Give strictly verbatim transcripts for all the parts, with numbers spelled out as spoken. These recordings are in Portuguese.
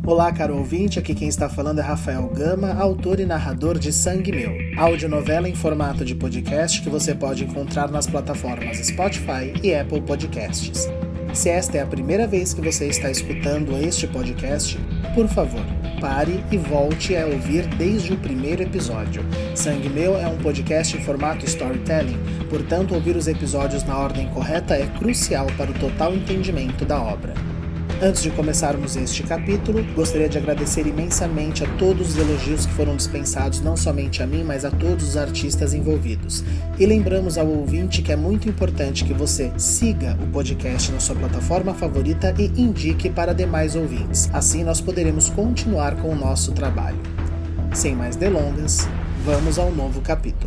Olá, caro ouvinte, aqui quem está falando é Rafael Gama, autor e narrador de Sangue Meu, audionovela em formato de podcast que você pode encontrar nas plataformas Spotify e Apple Podcasts. Se esta é a primeira vez que você está escutando este podcast, por favor, pare e volte a ouvir desde o primeiro episódio. Sangue Meu é um podcast em formato storytelling, portanto ouvir os episódios na ordem correta é crucial para o total entendimento da obra. Antes de começarmos este capítulo, gostaria de agradecer imensamente a todos os elogios que foram dispensados não somente a mim, mas a todos os artistas envolvidos. E lembramos ao ouvinte que é muito importante que você siga o podcast na sua plataforma favorita e indique para demais ouvintes. Assim nós poderemos continuar com o nosso trabalho. Sem mais delongas, vamos ao novo capítulo.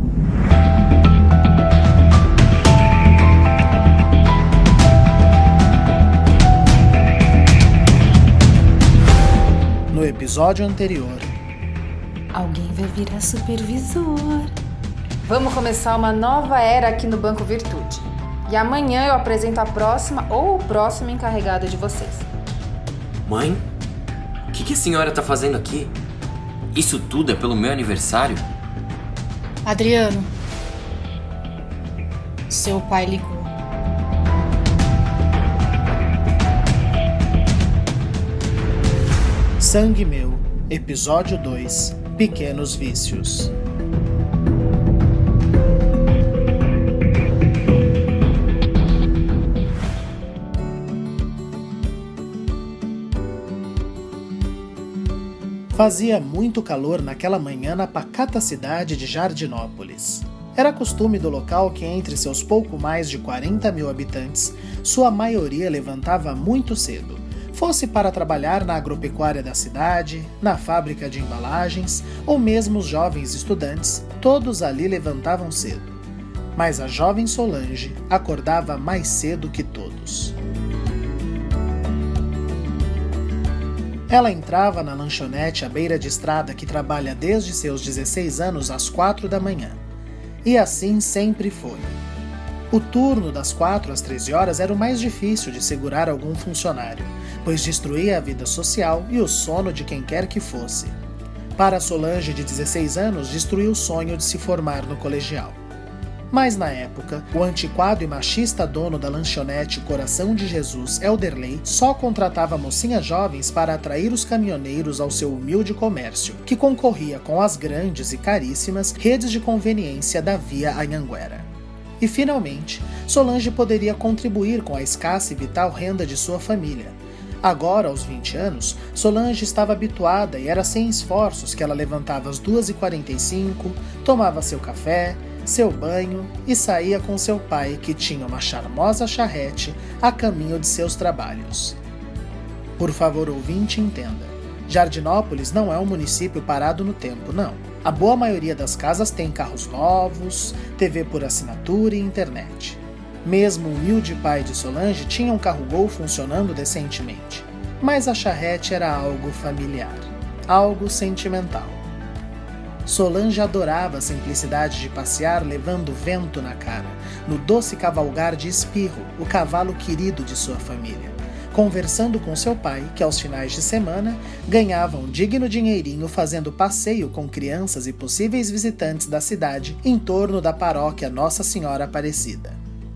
No episódio anterior... Alguém vai virar supervisor. Vamos começar uma nova era aqui no Banco Virtude. E amanhã eu apresento a próxima ou o próximo encarregado de vocês. Mãe? O que, que a senhora tá fazendo aqui? Isso tudo é pelo meu aniversário? Adriano, seu pai ligou. Sangue Meu, Episódio dois, Pequenos Vícios. Fazia muito calor naquela manhã na pacata cidade de Jardinópolis. Era costume do local que, entre seus pouco mais de quarenta mil habitantes, sua maioria levantava muito cedo, fosse para trabalhar na agropecuária da cidade, na fábrica de embalagens, ou mesmo os jovens estudantes, todos ali levantavam cedo. Mas a jovem Solange acordava mais cedo que todos. Ela entrava na lanchonete à beira de estrada que trabalha desde seus dezesseis anos às quatro da manhã. E assim sempre foi. O turno das quatro às treze horas era o mais difícil de segurar algum funcionário, pois destruía a vida social e o sono de quem quer que fosse. Para Solange, de dezesseis anos, destruiu o sonho de se formar no colegial. Mas na época, o antiquado e machista dono da lanchonete Coração de Jesus, Elderley, só contratava mocinhas jovens para atrair os caminhoneiros ao seu humilde comércio, que concorria com as grandes e caríssimas redes de conveniência da Via Anhanguera. E, finalmente, Solange poderia contribuir com a escassa e vital renda de sua família. Agora, aos vinte anos, Solange estava habituada e era sem esforços que ela levantava às duas e quarenta e cinco, tomava seu café, seu banho e saía com seu pai, que tinha uma charmosa charrete a caminho de seus trabalhos. Por favor, ouvinte, entenda. Jardinópolis não é um município parado no tempo, não. A boa maioria das casas tem carros novos, T V por assinatura e internet. Mesmo o humilde pai de Solange tinha um carro Gol funcionando decentemente. Mas a charrete era algo familiar, algo sentimental. Solange adorava a simplicidade de passear levando vento na cara, no doce cavalgar de Espirro, o cavalo querido de sua família, conversando com seu pai, que aos finais de semana ganhava um digno dinheirinho fazendo passeio com crianças e possíveis visitantes da cidade em torno da paróquia Nossa Senhora Aparecida.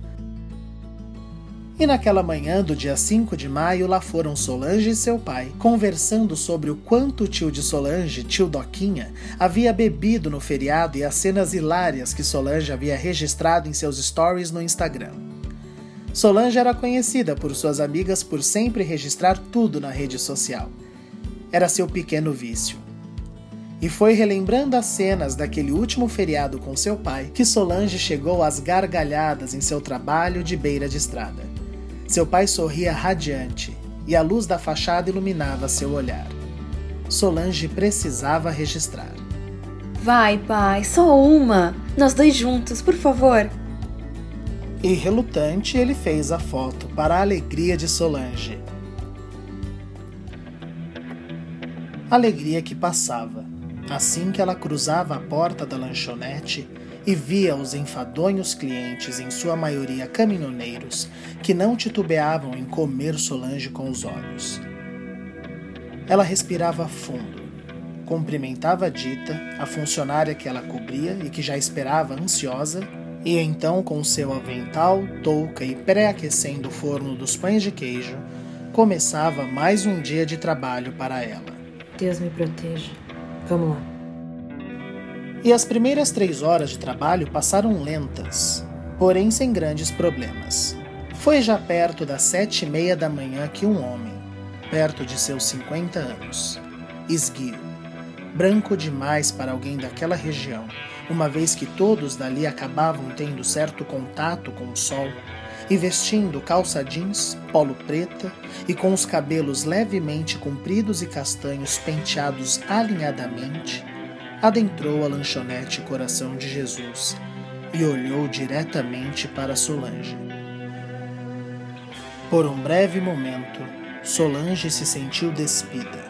E naquela manhã do dia cinco de maio, lá foram Solange e seu pai, conversando sobre o quanto o tio de Solange, tio Doquinha, havia bebido no feriado e as cenas hilárias que Solange havia registrado em seus stories no Instagram. Solange era conhecida por suas amigas por sempre registrar tudo na rede social. Era seu pequeno vício. E foi relembrando as cenas daquele último feriado com seu pai que Solange chegou às gargalhadas em seu trabalho de beira de estrada. Seu pai sorria radiante e a luz da fachada iluminava seu olhar. Solange precisava registrar. Vai, pai, só uma. Nós dois juntos, por favor. E relutante, ele fez a foto para a alegria de Solange. Alegria que passava, assim que ela cruzava a porta da lanchonete e via os enfadonhos clientes, em sua maioria caminhoneiros, que não titubeavam em comer Solange com os olhos. Ela respirava fundo, cumprimentava a Dita, a funcionária que ela cobria e que já esperava ansiosa, e então, com seu avental, touca e pré-aquecendo o forno dos pães de queijo, começava mais um dia de trabalho para ela. Deus me proteja. Vamos lá. E as primeiras três horas de trabalho passaram lentas, porém sem grandes problemas. Foi já perto das sete e meia da manhã que um homem, perto de seus cinquenta anos, esguio, branco demais para alguém daquela região, uma vez que todos dali acabavam tendo certo contato com o sol, e vestindo calça jeans, polo preta e com os cabelos levemente compridos e castanhos penteados alinhadamente, adentrou a lanchonete Coração de Jesus e olhou diretamente para Solange. Por um breve momento, Solange se sentiu despida.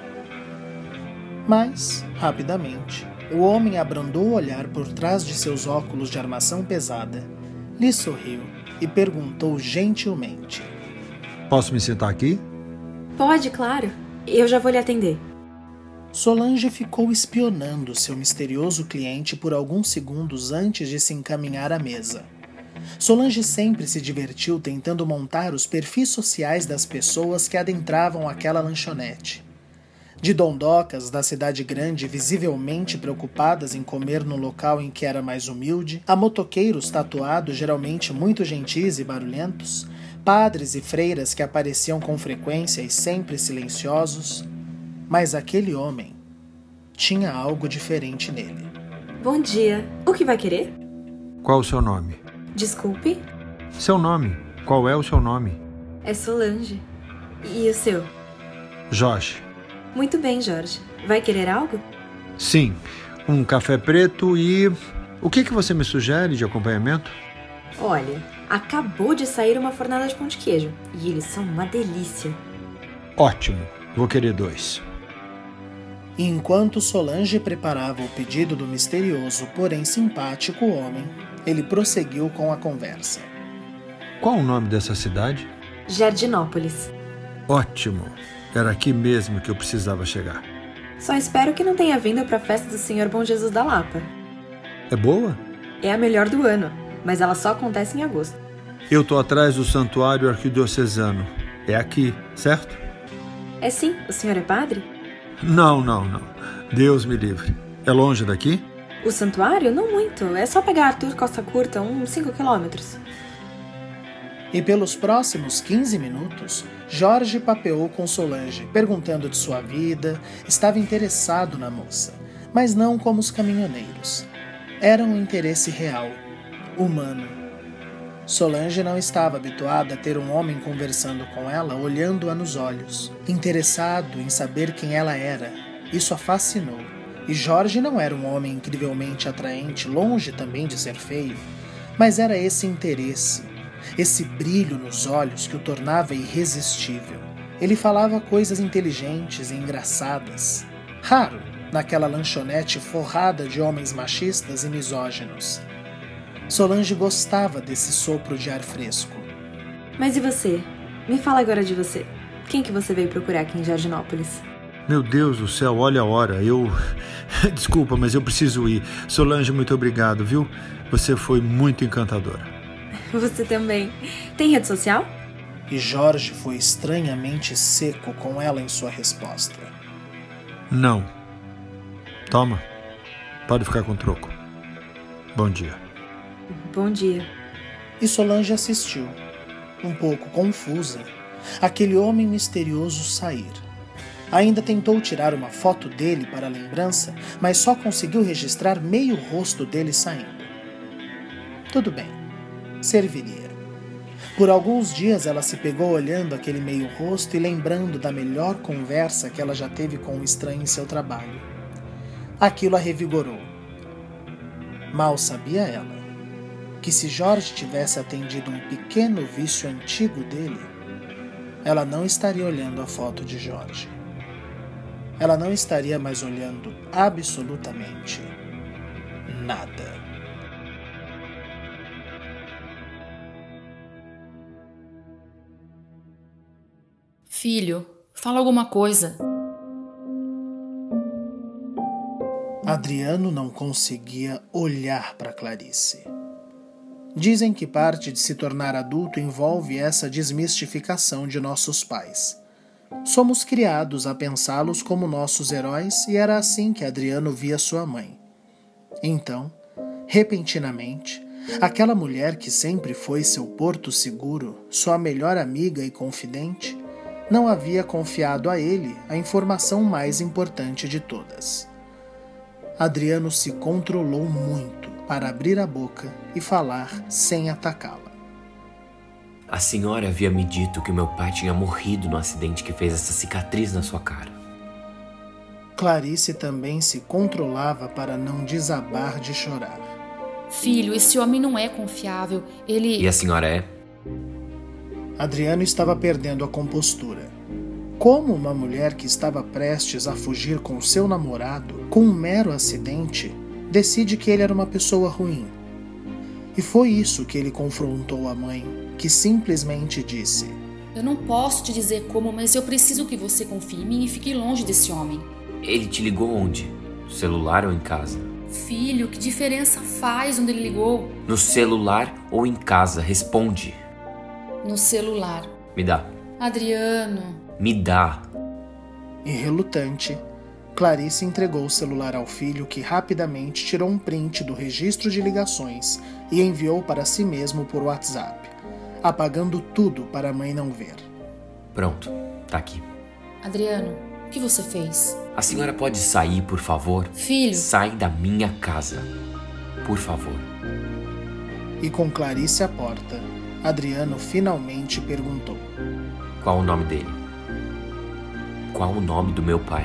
Mas, rapidamente, o homem abrandou o olhar por trás de seus óculos de armação pesada, lhe sorriu e perguntou gentilmente: Posso me sentar aqui? Pode, claro. Eu já vou lhe atender. Solange ficou espionando seu misterioso cliente por alguns segundos antes de se encaminhar à mesa. Solange sempre se divertiu tentando montar os perfis sociais das pessoas que adentravam aquela lanchonete. De dondocas da cidade grande visivelmente preocupadas em comer no local em que era mais humilde, a motoqueiros tatuados geralmente muito gentis e barulhentos, padres e freiras que apareciam com frequência e sempre silenciosos, mas aquele homem tinha algo diferente nele. Bom dia. O que vai querer? Qual o seu nome? Desculpe? Seu nome. Qual é o seu nome? É Solange. E o seu? Jorge. Muito bem, Jorge. Vai querer algo? Sim. Um café preto e... O que, que você me sugere de acompanhamento? Olha, acabou de sair uma fornada de pão de queijo. E eles são uma delícia. Ótimo. Vou querer dois. E enquanto Solange preparava o pedido do misterioso, porém simpático homem, ele prosseguiu com a conversa. Qual o nome dessa cidade? Jardinópolis. Ótimo. Era aqui mesmo que eu precisava chegar. Só espero que não tenha vindo para a festa do senhor Bom Jesus da Lapa. É boa? É a melhor do ano, mas ela só acontece em agosto. Eu tô atrás do santuário arquidiocesano. É aqui, certo? É sim. O senhor é padre? Não, não, não. Deus me livre. É longe daqui? O santuário? Não muito. É só pegar Arthur Costa Curta, uns cinco quilômetros. E pelos próximos quinze minutos, Jorge papeou com Solange, perguntando de sua vida, estava interessado na moça, mas não como os caminhoneiros. Era um interesse real, humano. Solange não estava habituada a ter um homem conversando com ela, olhando-a nos olhos, interessado em saber quem ela era. Isso a fascinou. E Jorge não era um homem incrivelmente atraente, longe também de ser feio, mas era esse interesse, esse brilho nos olhos que o tornava irresistível. Ele falava coisas inteligentes e engraçadas, raro naquela lanchonete forrada de homens machistas e misóginos. Solange gostava desse sopro de ar fresco. Mas e você? Me fala agora de você. Quem que você veio procurar aqui em Jardinópolis? Meu Deus do céu, olha a hora. Eu... Desculpa, mas eu preciso ir. Solange, muito obrigado, viu? Você foi muito encantadora. Você também. Tem rede social? E Jorge foi estranhamente seco com ela em sua resposta. Não. Toma. Pode ficar com o troco. Bom dia. Bom dia. E Solange assistiu, um pouco confusa, aquele homem misterioso sair. Ainda tentou tirar uma foto dele para a lembrança, mas só conseguiu registrar meio rosto dele saindo. Tudo bem, serviria. Por alguns dias ela se pegou olhando aquele meio rosto e lembrando da melhor conversa que ela já teve com um estranho em seu trabalho. Aquilo a revigorou. Mal sabia ela que se Jorge tivesse atendido um pequeno vício antigo dele, ela não estaria olhando a foto de Jorge. Ela não estaria mais olhando absolutamente nada. Filho, fala alguma coisa. Adriano não conseguia olhar para Clarice. Dizem que parte de se tornar adulto envolve essa desmistificação de nossos pais. Somos criados a pensá-los como nossos heróis e era assim que Adriano via sua mãe. Então, repentinamente, aquela mulher que sempre foi seu porto seguro, sua melhor amiga e confidente, não havia confiado a ele a informação mais importante de todas. Adriano se controlou muito para abrir a boca e falar sem atacá-la. A senhora havia me dito que meu pai tinha morrido no acidente que fez essa cicatriz na sua cara. Clarice também se controlava para não desabar de chorar. Filho, esse homem não é confiável. Ele... E a senhora é? Adriano estava perdendo a compostura. Como uma mulher que estava prestes a fugir com seu namorado, com um mero acidente, decide que ele era uma pessoa ruim? E foi isso que ele confrontou a mãe, que simplesmente disse: Eu não posso te dizer como, mas eu preciso que você confie em mim e fique longe desse homem. Ele te ligou onde? No celular ou em casa? Filho, que diferença faz onde ele ligou? No celular ou em casa? Responde. No celular. Me dá. Adriano. Me dá. E relutante, Clarice entregou o celular ao filho, que rapidamente tirou um print do registro de ligações e enviou para si mesmo por WhatsApp, apagando tudo para a mãe não ver. Pronto, tá aqui. Adriano, o que você fez? A senhora pode sair, por favor? Filho. Sai da minha casa. Por favor. E com Clarice à porta, Adriano finalmente perguntou: Qual o nome dele? Qual o nome do meu pai?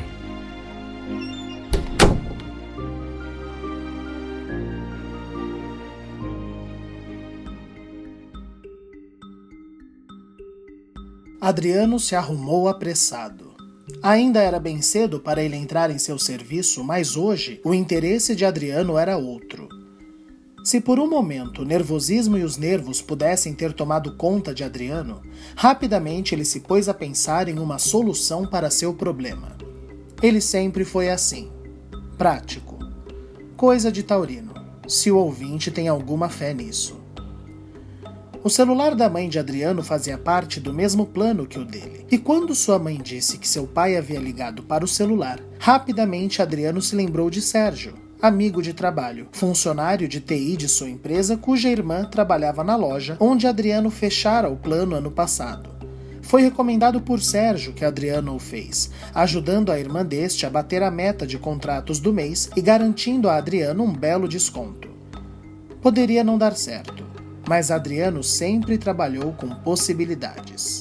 Adriano se arrumou apressado. Ainda era bem cedo para ele entrar em seu serviço, mas hoje o interesse de Adriano era outro. Se por um momento o nervosismo e os nervos pudessem ter tomado conta de Adriano, rapidamente ele se pôs a pensar em uma solução para seu problema. Ele sempre foi assim, prático. Coisa de taurino, se o ouvinte tem alguma fé nisso. O celular da mãe de Adriano fazia parte do mesmo plano que o dele. E quando sua mãe disse que seu pai havia ligado para o celular, rapidamente Adriano se lembrou de Sérgio, amigo de trabalho, funcionário de T I de sua empresa, cuja irmã trabalhava na loja onde Adriano fechara o plano ano passado. Foi recomendado por Sérgio que Adriano o fez, ajudando a irmã deste a bater a meta de contratos do mês e garantindo a Adriano um belo desconto. Poderia não dar certo, mas Adriano sempre trabalhou com possibilidades.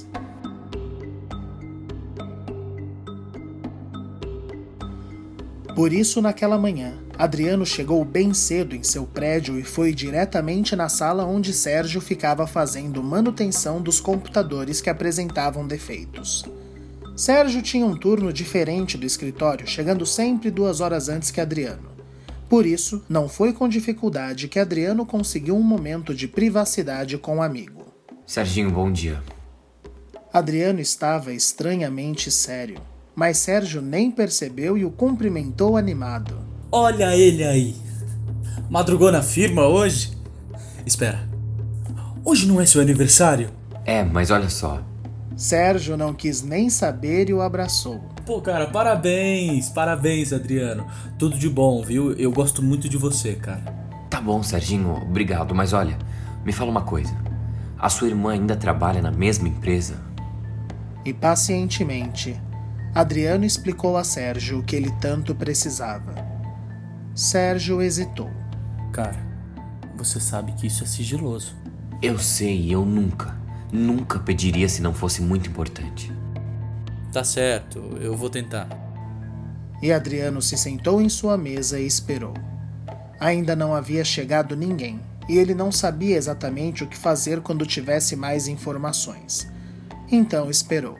Por isso, naquela manhã, Adriano chegou bem cedo em seu prédio e foi diretamente na sala onde Sérgio ficava fazendo manutenção dos computadores que apresentavam defeitos. Sérgio tinha um turno diferente do escritório, chegando sempre duas horas antes que Adriano. Por isso, não foi com dificuldade que Adriano conseguiu um momento de privacidade com o amigo. Serginho, bom dia. Adriano estava estranhamente sério, mas Sérgio nem percebeu e o cumprimentou animado. Olha ele aí. Madrugou na firma hoje? Espera, hoje não é seu aniversário? É, mas olha só. Sérgio não quis nem saber e o abraçou. Pô, cara, parabéns, parabéns, Adriano. Tudo de bom, viu? Eu gosto muito de você, cara. Tá bom, Serginho, obrigado, mas olha, me fala uma coisa. A sua irmã ainda trabalha na mesma empresa? E pacientemente, Adriano explicou a Sérgio o que ele tanto precisava. Sérgio hesitou. Cara, você sabe que isso é sigiloso. Eu sei, eu nunca, nunca pediria se não fosse muito importante. Tá certo, eu vou tentar. E Adriano se sentou em sua mesa e esperou. Ainda não havia chegado ninguém, e ele não sabia exatamente o que fazer quando tivesse mais informações. Então esperou.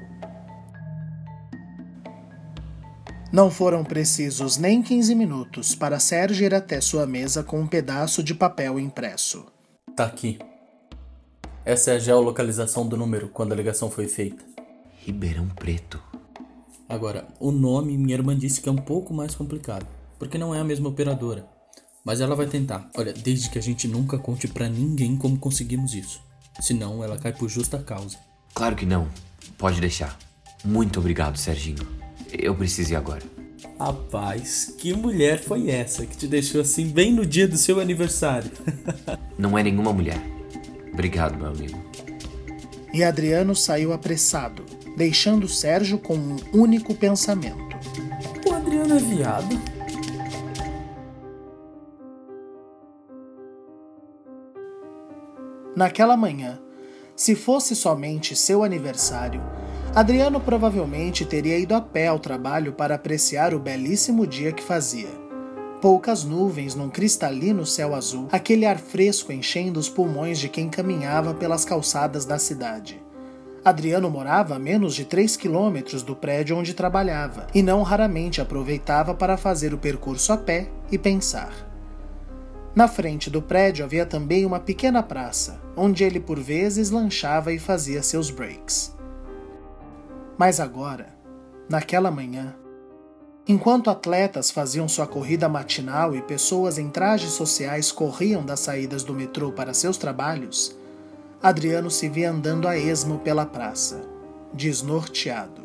Não foram precisos nem quinze minutos para Sérgio ir até sua mesa com um pedaço de papel impresso. Tá aqui. Essa é a geolocalização do número quando a ligação foi feita. Ribeirão Preto. Agora, o nome minha irmã disse que é um pouco mais complicado. porque não é a mesma operadora. Mas ela vai tentar. Olha, desde que a gente nunca conte pra ninguém como conseguimos isso. Senão ela cai por justa causa. Claro que não. Pode deixar. Muito obrigado, Serginho. Eu preciso ir agora. Rapaz, que mulher foi essa que te deixou assim bem no dia do seu aniversário? Não é nenhuma mulher. Obrigado, meu amigo. E Adriano saiu apressado, deixando Sérgio com um único pensamento. O Adriano é viado? Naquela manhã, se fosse somente seu aniversário, Adriano provavelmente teria ido a pé ao trabalho para apreciar o belíssimo dia que fazia. Poucas nuvens num cristalino céu azul, aquele ar fresco enchendo os pulmões de quem caminhava pelas calçadas da cidade. Adriano morava a menos de três quilômetros do prédio onde trabalhava, e não raramente aproveitava para fazer o percurso a pé e pensar. Na frente do prédio havia também uma pequena praça, onde ele por vezes lanchava e fazia seus breaks. Mas agora, naquela manhã, enquanto atletas faziam sua corrida matinal e pessoas em trajes sociais corriam das saídas do metrô para seus trabalhos, Adriano se via andando a esmo pela praça, desnorteado.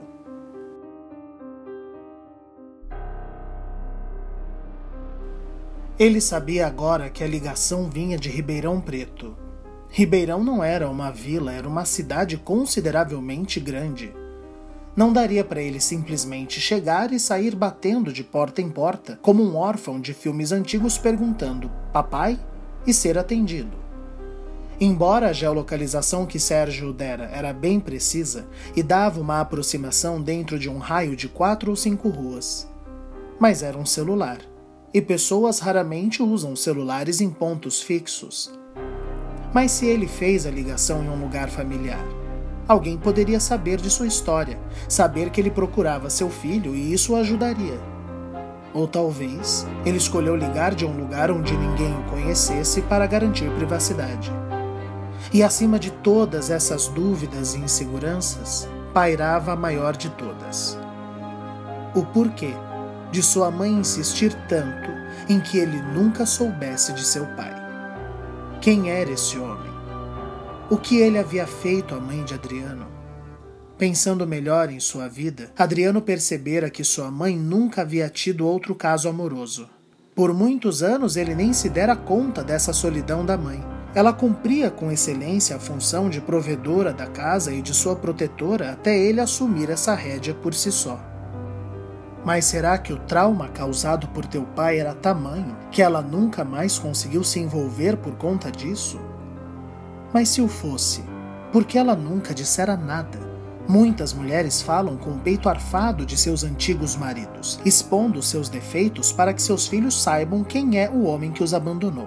Ele sabia agora que a ligação vinha de Ribeirão Preto. Ribeirão não era uma vila, era uma cidade consideravelmente grande. Não daria para ele simplesmente chegar e sair batendo de porta em porta, como um órfão de filmes antigos perguntando "papai?" e ser atendido. Embora a geolocalização que Sérgio dera era bem precisa e dava uma aproximação dentro de um raio de quatro ou cinco ruas. Mas era um celular. E pessoas raramente usam celulares em pontos fixos. Mas se ele fez a ligação em um lugar familiar, alguém poderia saber de sua história, saber que ele procurava seu filho e isso o ajudaria. Ou talvez ele escolheu ligar de um lugar onde ninguém o conhecesse para garantir privacidade. E acima de todas essas dúvidas e inseguranças, pairava a maior de todas. O porquê de sua mãe insistir tanto em que ele nunca soubesse de seu pai. Quem era esse homem? O que ele havia feito à mãe de Adriano? Pensando melhor em sua vida, Adriano percebera que sua mãe nunca havia tido outro caso amoroso. Por muitos anos ele nem se dera conta dessa solidão da mãe. Ela cumpria com excelência a função de provedora da casa e de sua protetora até ele assumir essa rédea por si só. Mas será que o trauma causado por teu pai era tamanho que ela nunca mais conseguiu se envolver por conta disso? Mas se o fosse, por que ela nunca dissera nada? Muitas mulheres falam com o peito arfado de seus antigos maridos, expondo seus defeitos para que seus filhos saibam quem é o homem que os abandonou.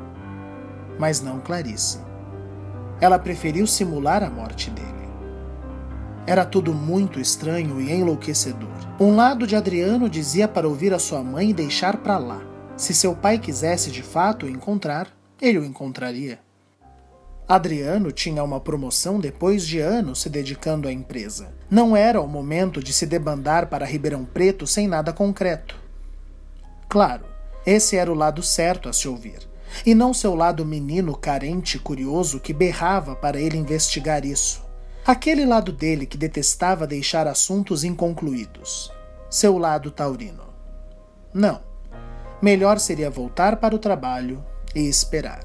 Mas não Clarice. Ela preferiu simular a morte dele. Era tudo muito estranho e enlouquecedor. Um lado de Adriano dizia para ouvir a sua mãe e deixar pra lá. Se seu pai quisesse de fato o encontrar, ele o encontraria. Adriano tinha uma promoção depois de anos se dedicando à empresa. Não era o momento de se debandar para Ribeirão Preto sem nada concreto. Claro, esse era o lado certo a se ouvir, e não seu lado menino carente e curioso que berrava para ele investigar isso. Aquele lado dele que detestava deixar assuntos inconcluídos. Seu lado taurino. Não. Melhor seria voltar para o trabalho e esperar.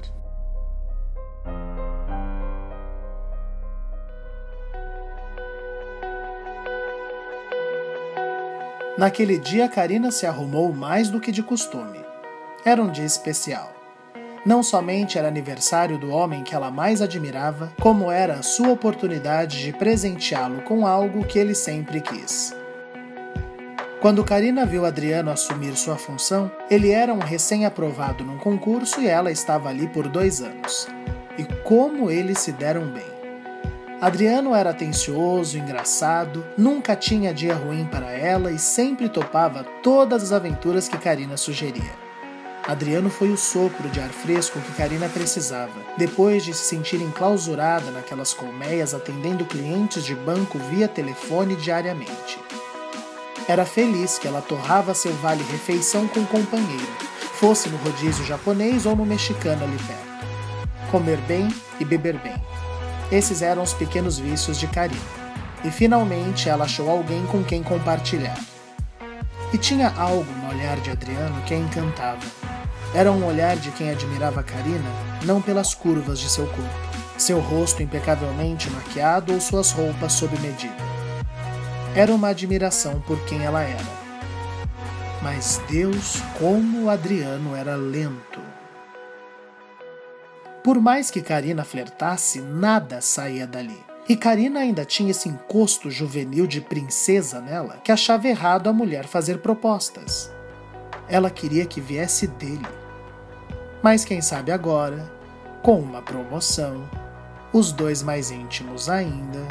Naquele dia, Karina se arrumou mais do que de costume. Era um dia especial. Não somente era aniversário do homem que ela mais admirava, como era a sua oportunidade de presenteá-lo com algo que ele sempre quis. Quando Karina viu Adriano assumir sua função, ele era um recém-aprovado num concurso e ela estava ali por dois anos. E como eles se deram bem. Adriano era atencioso, engraçado, nunca tinha dia ruim para ela e sempre topava todas as aventuras que Karina sugeria. Adriano foi o sopro de ar fresco que Karina precisava, depois de se sentir enclausurada naquelas colmeias atendendo clientes de banco via telefone diariamente. Era feliz que ela torrava seu vale-refeição com o companheiro, fosse no rodízio japonês ou no mexicano ali perto. Comer bem e beber bem. Esses eram os pequenos vícios de Karina. E finalmente ela achou alguém com quem compartilhar. E tinha algo no olhar de Adriano que a encantava. Era um olhar de quem admirava Karina não pelas curvas de seu corpo, seu rosto impecavelmente maquiado ou suas roupas sob medida. Era uma admiração por quem ela era. Mas Deus, como Adriano era lento. Por mais que Karina flertasse, nada saía dali. E Karina ainda tinha esse encosto juvenil de princesa nela que achava errado a mulher fazer propostas. Ela queria que viesse dele. Mas quem sabe agora, com uma promoção, os dois mais íntimos ainda...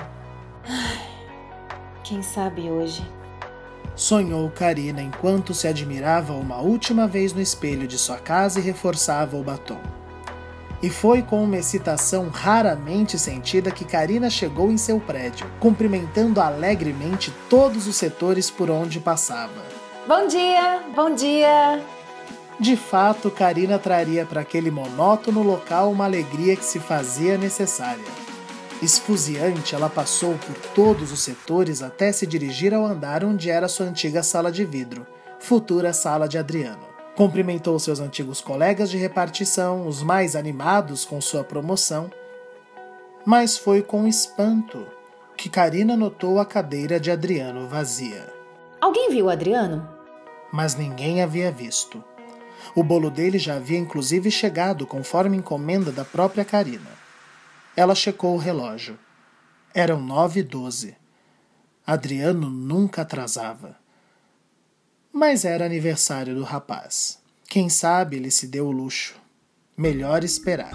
Quem sabe hoje? Sonhou Karina enquanto se admirava uma última vez no espelho de sua casa e reforçava o batom. E foi com uma excitação raramente sentida que Karina chegou em seu prédio, cumprimentando alegremente todos os setores por onde passava. Bom dia, bom dia! De fato, Karina traria para aquele monótono local uma alegria que se fazia necessária. Esfuziante, ela passou por todos os setores até se dirigir ao andar onde era sua antiga sala de vidro, futura sala de Adriano. Cumprimentou seus antigos colegas de repartição, os mais animados com sua promoção, mas foi com espanto que Karina notou a cadeira de Adriano vazia. Alguém viu o Adriano? Mas ninguém havia visto. O bolo dele já havia inclusive chegado conforme encomenda da própria Karina. Ela checou o relógio. Eram nove e doze. Adriano nunca atrasava. Mas era aniversário do rapaz. Quem sabe ele se deu o luxo. Melhor esperar.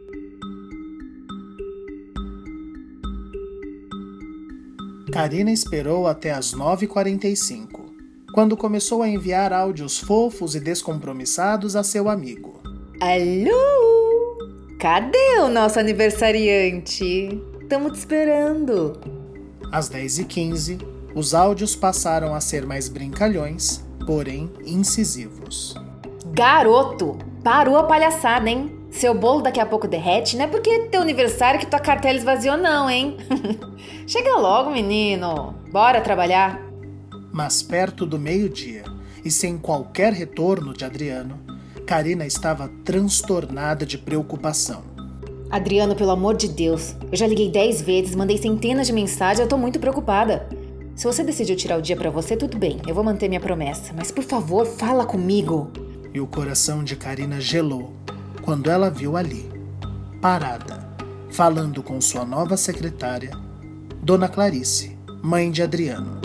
Karina esperou até as nove e quarenta e cinco, quando começou a enviar áudios fofos e descompromissados a seu amigo. Alô? Cadê o nosso aniversariante? Estamos te esperando. Às dez e quinze, os áudios passaram a ser mais brincalhões, porém incisivos. Garoto, parou a palhaçada, hein? Seu bolo daqui a pouco derrete, não é porque é teu aniversário que tua cartela esvaziou não, hein? Chega logo, menino. Bora trabalhar. Mas perto do meio-dia, e sem qualquer retorno de Adriano, Karina estava transtornada de preocupação. Adriano, pelo amor de Deus, eu já liguei dez vezes, mandei centenas de mensagens, eu tô muito preocupada. Se você decidiu tirar o dia pra você, tudo bem, eu vou manter minha promessa. Mas, por favor, fala comigo. E o coração de Karina gelou quando ela viu ali, parada, falando com sua nova secretária, Dona Clarice, mãe de Adriano.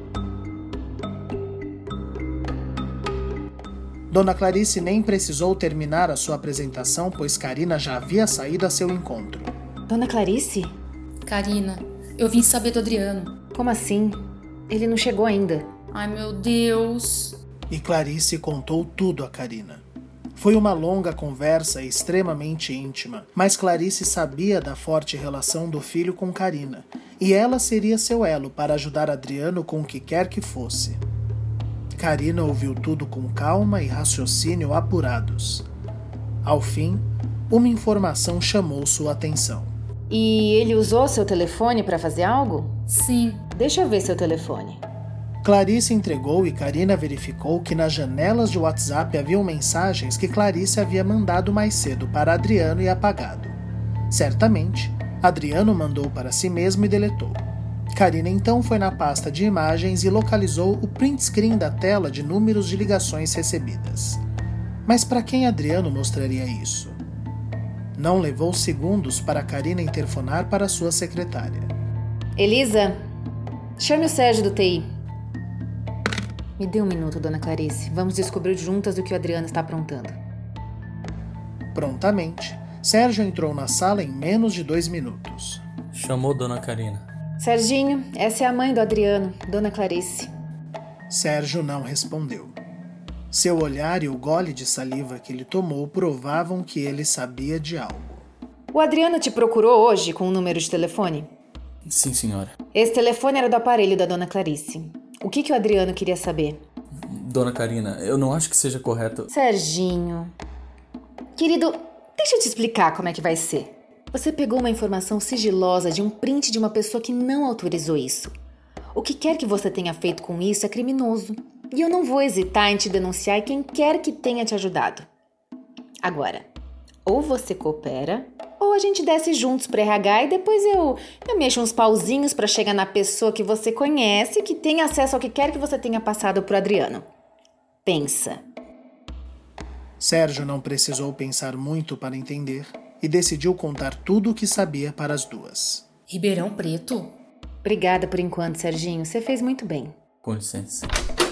Dona Clarice nem precisou terminar a sua apresentação, pois Karina já havia saído a seu encontro. Dona Clarice? Karina, eu vim saber do Adriano. Como assim? Ele não chegou ainda. Ai, meu Deus. E Clarice contou tudo a Karina. Foi uma longa conversa extremamente íntima, mas Clarice sabia da forte relação do filho com Karina, e ela seria seu elo para ajudar Adriano com o que quer que fosse. Karina ouviu tudo com calma e raciocínio apurados. Ao fim, uma informação chamou sua atenção. E ele usou seu telefone para fazer algo? Sim. Deixa eu ver seu telefone. Clarice entregou e Karina verificou que nas janelas de WhatsApp haviam mensagens que Clarice havia mandado mais cedo para Adriano e apagado. Certamente, Adriano mandou para si mesmo e deletou. Karina então foi na pasta de imagens e localizou o print screen da tela de números de ligações recebidas. Mas para quem Adriano mostraria isso? Não levou segundos para Karina interfonar para sua secretária. Elisa, chame o Sérgio do T I. Me dê um minuto, Dona Clarice. Vamos descobrir juntas o que o Adriano está aprontando. Prontamente, Sérgio entrou na sala em menos de dois minutos. Chamou Dona Karina. Serginho, essa é a mãe do Adriano, Dona Clarice. Sérgio não respondeu. Seu olhar e o gole de saliva que ele tomou provavam que ele sabia de algo. O Adriano te procurou hoje com um número de telefone? Sim, senhora. Esse telefone era do aparelho da Dona Clarice. O que, que o Adriano queria saber? Dona Karina, eu não acho que seja correto... Serginho... Querido, deixa eu te explicar como é que vai ser. Você pegou uma informação sigilosa de um print de uma pessoa que não autorizou isso. O que quer que você tenha feito com isso é criminoso. E eu não vou hesitar em te denunciar quem quer que tenha te ajudado. Agora, ou você coopera, ou a gente desce juntos pro R H e depois eu, eu mexo uns pauzinhos pra chegar na pessoa que você conhece e que tem acesso ao que quer que você tenha passado pro Adriano. Pensa. Sérgio não precisou pensar muito para entender e decidiu contar tudo o que sabia para as duas. Ribeirão Preto? Obrigada por enquanto, Serginho. Você fez muito bem. Com licença.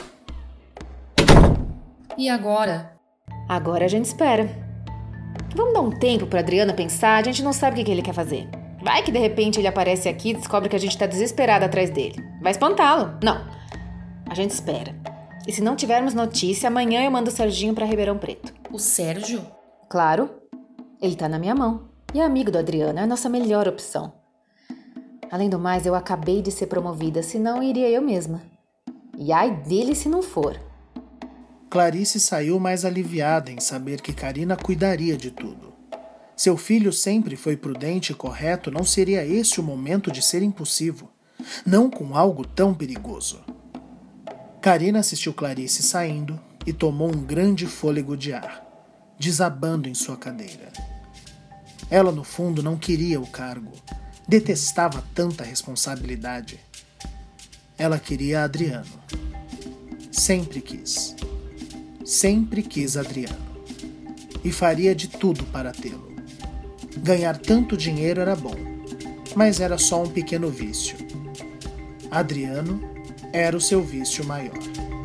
E agora? Agora a gente espera. Vamos dar um tempo pro Adriano pensar, a gente não sabe o que ele quer fazer. Vai que de repente ele aparece aqui e descobre que a gente tá desesperado atrás dele. Vai espantá-lo. Não. A gente espera. E se não tivermos notícia, amanhã eu mando o Serginho pra Ribeirão Preto. O Sérgio? Claro. Ele tá na minha mão. E é amigo do Adriano, é a nossa melhor opção. Além do mais, eu acabei de ser promovida, senão iria eu mesma. E ai dele se não for. Clarice saiu mais aliviada em saber que Karina cuidaria de tudo. Seu filho sempre foi prudente e correto, não seria esse o momento de ser impulsivo, não com algo tão perigoso. Karina assistiu Clarice saindo e tomou um grande fôlego de ar, desabando em sua cadeira. Ela, no fundo, não queria o cargo, detestava tanta responsabilidade. Ela queria Adriano. Sempre quis. Sempre quis Adriano. E faria de tudo para tê-lo. Ganhar tanto dinheiro era bom, mas era só um pequeno vício. Adriano era o seu vício maior.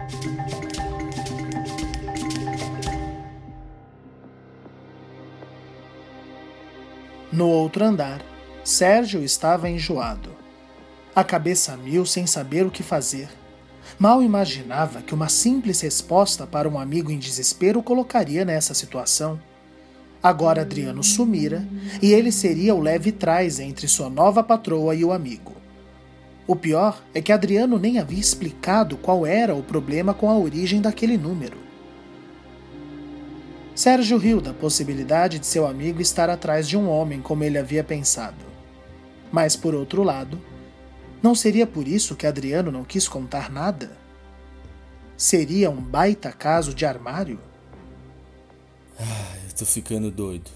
No outro andar, Sérgio estava enjoado. A cabeça a mil, sem saber o que fazer. Mal imaginava que uma simples resposta para um amigo em desespero o colocaria nessa situação. Agora Adriano sumira e ele seria o leve-trás entre sua nova patroa e o amigo. O pior é que Adriano nem havia explicado qual era o problema com a origem daquele número. Sérgio riu da possibilidade de seu amigo estar atrás de um homem como ele havia pensado. Mas, por outro lado, não seria por isso que Adriano não quis contar nada? Seria um baita caso de armário? Ah, eu tô ficando doido.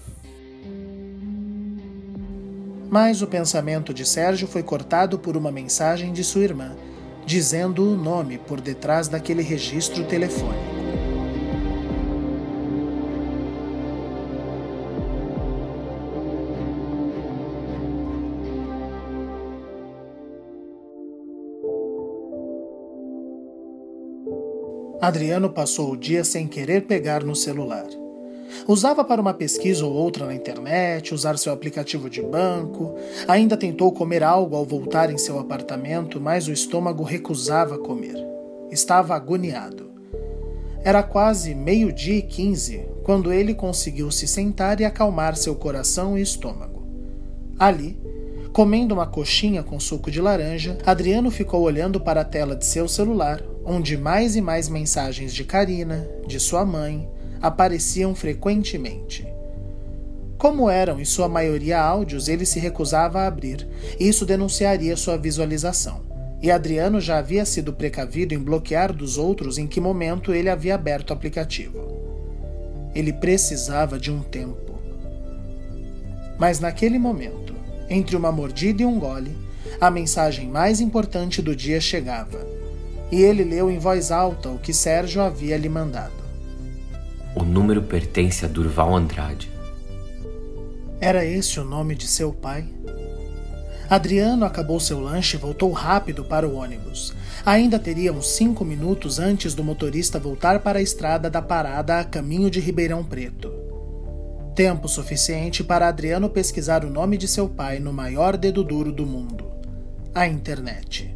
Mas o pensamento de Sérgio foi cortado por uma mensagem de sua irmã, dizendo o nome por detrás daquele registro telefônico. Adriano passou o dia sem querer pegar no celular. Usava para uma pesquisa ou outra na internet, usar seu aplicativo de banco, ainda tentou comer algo ao voltar em seu apartamento, mas o estômago recusava comer. Estava agoniado. Era quase meio-dia e quinze quando ele conseguiu se sentar e acalmar seu coração e estômago. Ali, comendo uma coxinha com suco de laranja, Adriano ficou olhando para a tela de seu celular, onde mais e mais mensagens de Karina, de sua mãe, apareciam frequentemente. Como eram em sua maioria áudios, ele se recusava a abrir, e isso denunciaria sua visualização. E Adriano já havia sido precavido em bloquear dos outros em que momento ele havia aberto o aplicativo. Ele precisava de um tempo. Mas naquele momento, entre uma mordida e um gole, a mensagem mais importante do dia chegava. E ele leu em voz alta o que Sérgio havia lhe mandado. O número pertence a Durval Andrade. Era esse o nome de seu pai? Adriano acabou seu lanche e voltou rápido para o ônibus. Ainda teria uns cinco minutos antes do motorista voltar para a estrada da parada a caminho de Ribeirão Preto. Tempo suficiente para Adriano pesquisar o nome de seu pai no maior dedo duro do mundo, a internet.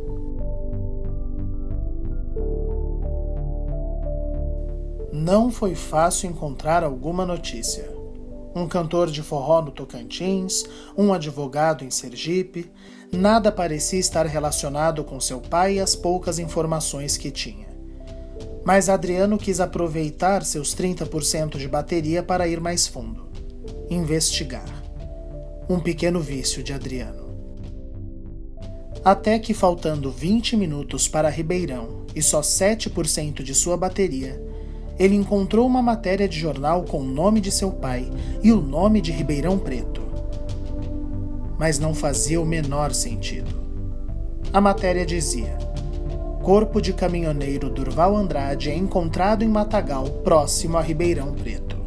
Não foi fácil encontrar alguma notícia. Um cantor de forró no Tocantins, um advogado em Sergipe, nada parecia estar relacionado com seu pai e as poucas informações que tinha. Mas Adriano quis aproveitar seus trinta por cento de bateria para ir mais fundo. Investigar. Um pequeno vício de Adriano. Até que, faltando vinte minutos para Ribeirão e só sete por cento de sua bateria, ele encontrou uma matéria de jornal com o nome de seu pai e o nome de Ribeirão Preto. Mas não fazia o menor sentido. A matéria dizia: corpo de caminhoneiro Durval Andrade é encontrado em matagal próximo a Ribeirão Preto.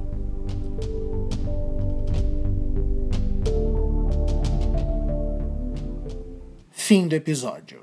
Fim do episódio.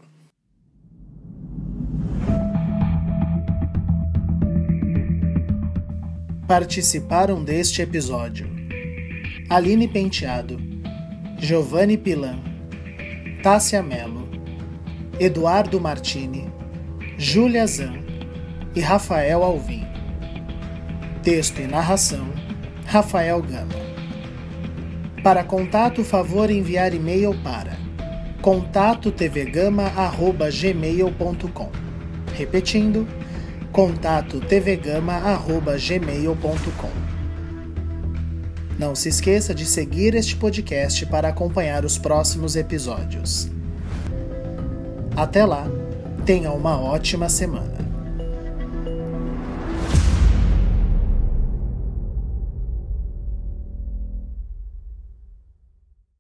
Participaram deste episódio Aline Penteado, Giovanni Pilan, Tássia Mello, Eduardo Martini, Júlia Zan e Rafael Alvim. Texto e narração, Rafael Gama. Para contato, favor enviar e-mail para contato tvgama arroba gmail ponto com. Repetindo, contato tvgama arroba gmail ponto com. Não se esqueça de seguir este podcast para acompanhar os próximos episódios. Até lá, tenha uma ótima semana.